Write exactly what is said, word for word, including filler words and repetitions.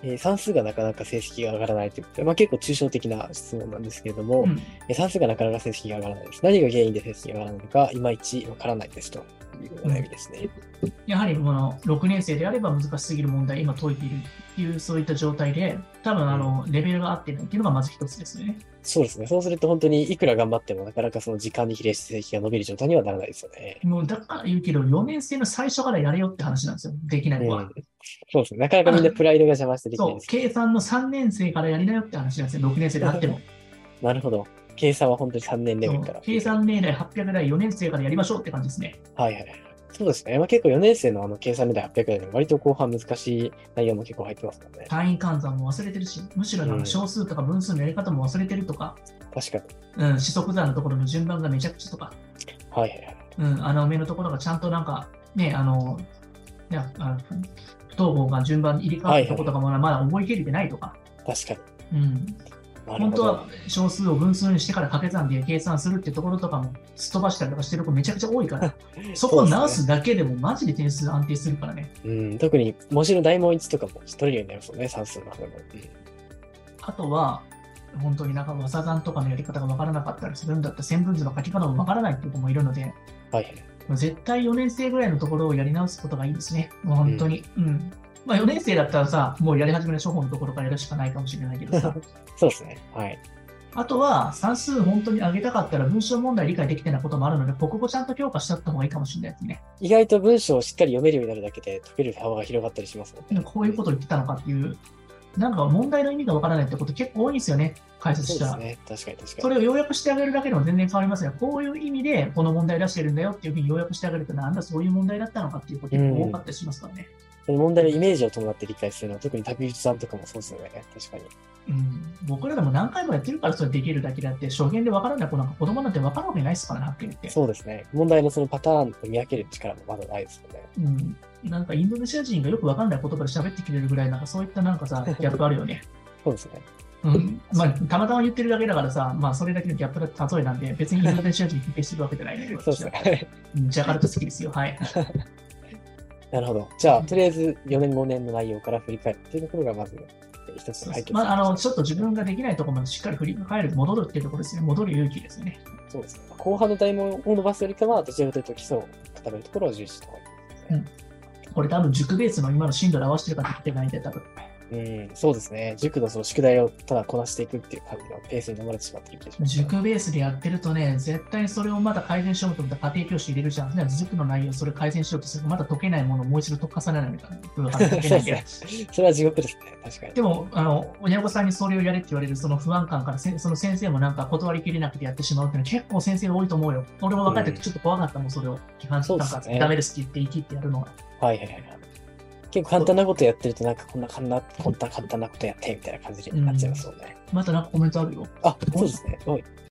えー算数がなかなか成績が上がらないということで、まあ、結構抽象的な質問なんですけれども、 うん。 えー算数がなかなか成績が上がらないです。何が原因で成績が上がらないのか、いまいちわからないですというおうん。 悩みですね。 やはりこのろくねん生であれば難しすぎる問題、今解いているっていう、そういった状態で、多分うん。 あの、レベルが合ってないっていうのがまず一つですね。 そうですね。そうすると本当にいくら頑張ってもなかなかその時間に比例して成績が伸びる状態にはならないですよね。 もうだから言うけど、よねん生の最初からやれよって話なんですよ。できない子は。 うん。そうですね。なかなかまだ、 みんなプライドが邪魔してできないそう、 ですけど。 計算のさんねん生からやりなよって話なんですよ。ろくねん生であっても。 なるほど。計算は本当にさんねんレベルそう、 から振り計返る。 算命題はっぴゃく題よねん生からやりましょうって感じですね。 はいはいはい。そうですね。まあ、結構よねん生のあの計算みたいはっぴゃくえんで割と後半難しい内容も結構入ってますからね。 単位換算も忘れてるし、むしろなんかうん。 小数とか分数のやり方も忘れてるとか、 確かに。 うん、四則算のところの順番がめちゃくちゃとか、 はいはいはい。 うん、穴埋めのところがちゃんとなんか、ね、あの、ね、あの不等号が順番に入れ替わったところとかはいはいはい。 もまだ覚えきれてないとか、 確かうん、 に。なるほど。 本当は小数を分数にしてから掛け算で計算するってところとかもすっ飛ばしたりとかしてる子めちゃくちゃ多いから、そこを直そうですね。 すだけでもマジで点数安定するからね。 うん。特に文字の大問いちとかも取れるようになりますよね。算数の方も。うん。 あとは、本当になんか和算とかのやり方がわからなかったりするんだったら線分図の書き方もわからないっていう子もいるので、 はいはい。 絶対よねん生ぐらいのところをやり直すことがいいですね。もううん。 本当に。うん。まあよねん生だったらさ、もうやり始めの処方のところからやるしかないかもしれないけどさ。 そうですね。はい。 あとは算数本当に上げたかったら文章問題理解できてないこともあるので、国語ちゃんと強化しちゃった方がいいかもしれないですね。 意外と文章をしっかり読めるようになるだけで解ける幅が広がったりしますもんね。 こういうことを言ってたのかっていう、なんか問題の意味がわからないってこと結構多いんですよね。解説したら。 そうですね。確かに確かに。 それを要約してあげるだけでも全然変わりますが、こういう意味でこの問題出してるんだよっていうふうに要約してあげると、なんだそういう問題だったのかっていうことうん。 結構多かったりしますからね。 その問題のイメージを伴って理解するのは、特に竹内さんとかもそうですよね。確かに。 うん、僕らでも何回もやってるからそれできるだけであって、初見で分からない子なんか子供なんて分かるわけないですからね、はっきり言って。 そうですね。問題のそのパターンを見分ける力もまだないですよね。 うん。なんかインドネシア人がよく分かんない言葉で喋ってくれるぐらい、なんかそういったなんかさ、ギャップあるよね。 そうですね。 うん。まあ、たまたま言ってるだけだからさ、まあ、それだけのギャップだ例えなんで、別にインドネシア人に否定してるわけじゃないので、 そうです私は。 ね。 うん、ジャカルタ好きですよ。はい。 なるほど。じゃあ、とりあえずよねんごねんの内容から振り返るっていうところがまずえー一つのそうそう。 解決まあ、あの、 策としてある。 ちょっと自分ができないところまでしっかり振り返る、戻るっていうところですね。戻る勇気ですよね。 そうですね。後半の大問を伸ばすよりかは、どちらかというと基礎を固めるところを重視した方がいいですね。 うん。これ多分塾ベースの今の進度で合わせてるかって言ってないんで、多分。 うん、そうですね。塾のその宿題をただこなしていくっていう感じのペースに飲まれてしまっている気がしますから。 塾ベースでやってるとね、絶対それをまだ改善しようと思ったら家庭教師入れるじゃん。じゃあ塾の内容それ改善しようとすると、まだ解けないものをもう一度解かされないみたいな。分かる解けないんで。 そうですね。それは地獄ですね。確かに。 でも、あの、親御さんにそれをやれって言われるその不安感からせ、その先生もなんか断りきれなくてやってしまうっていうのは結構先生が多いと思うよ。俺もうん。 若い時ちょっと怖かったもん、それを。批判、 そうでなんかダすね。 メですって言って生きってやるのは。 はいはいはいはい。結構簡単なことやってると、なんかこんな簡単な、こんな簡単なことやってみたいな感じになっちゃいまうん。 すもんね。 またなんかコメントあるよ。 あ、そうですね。はい。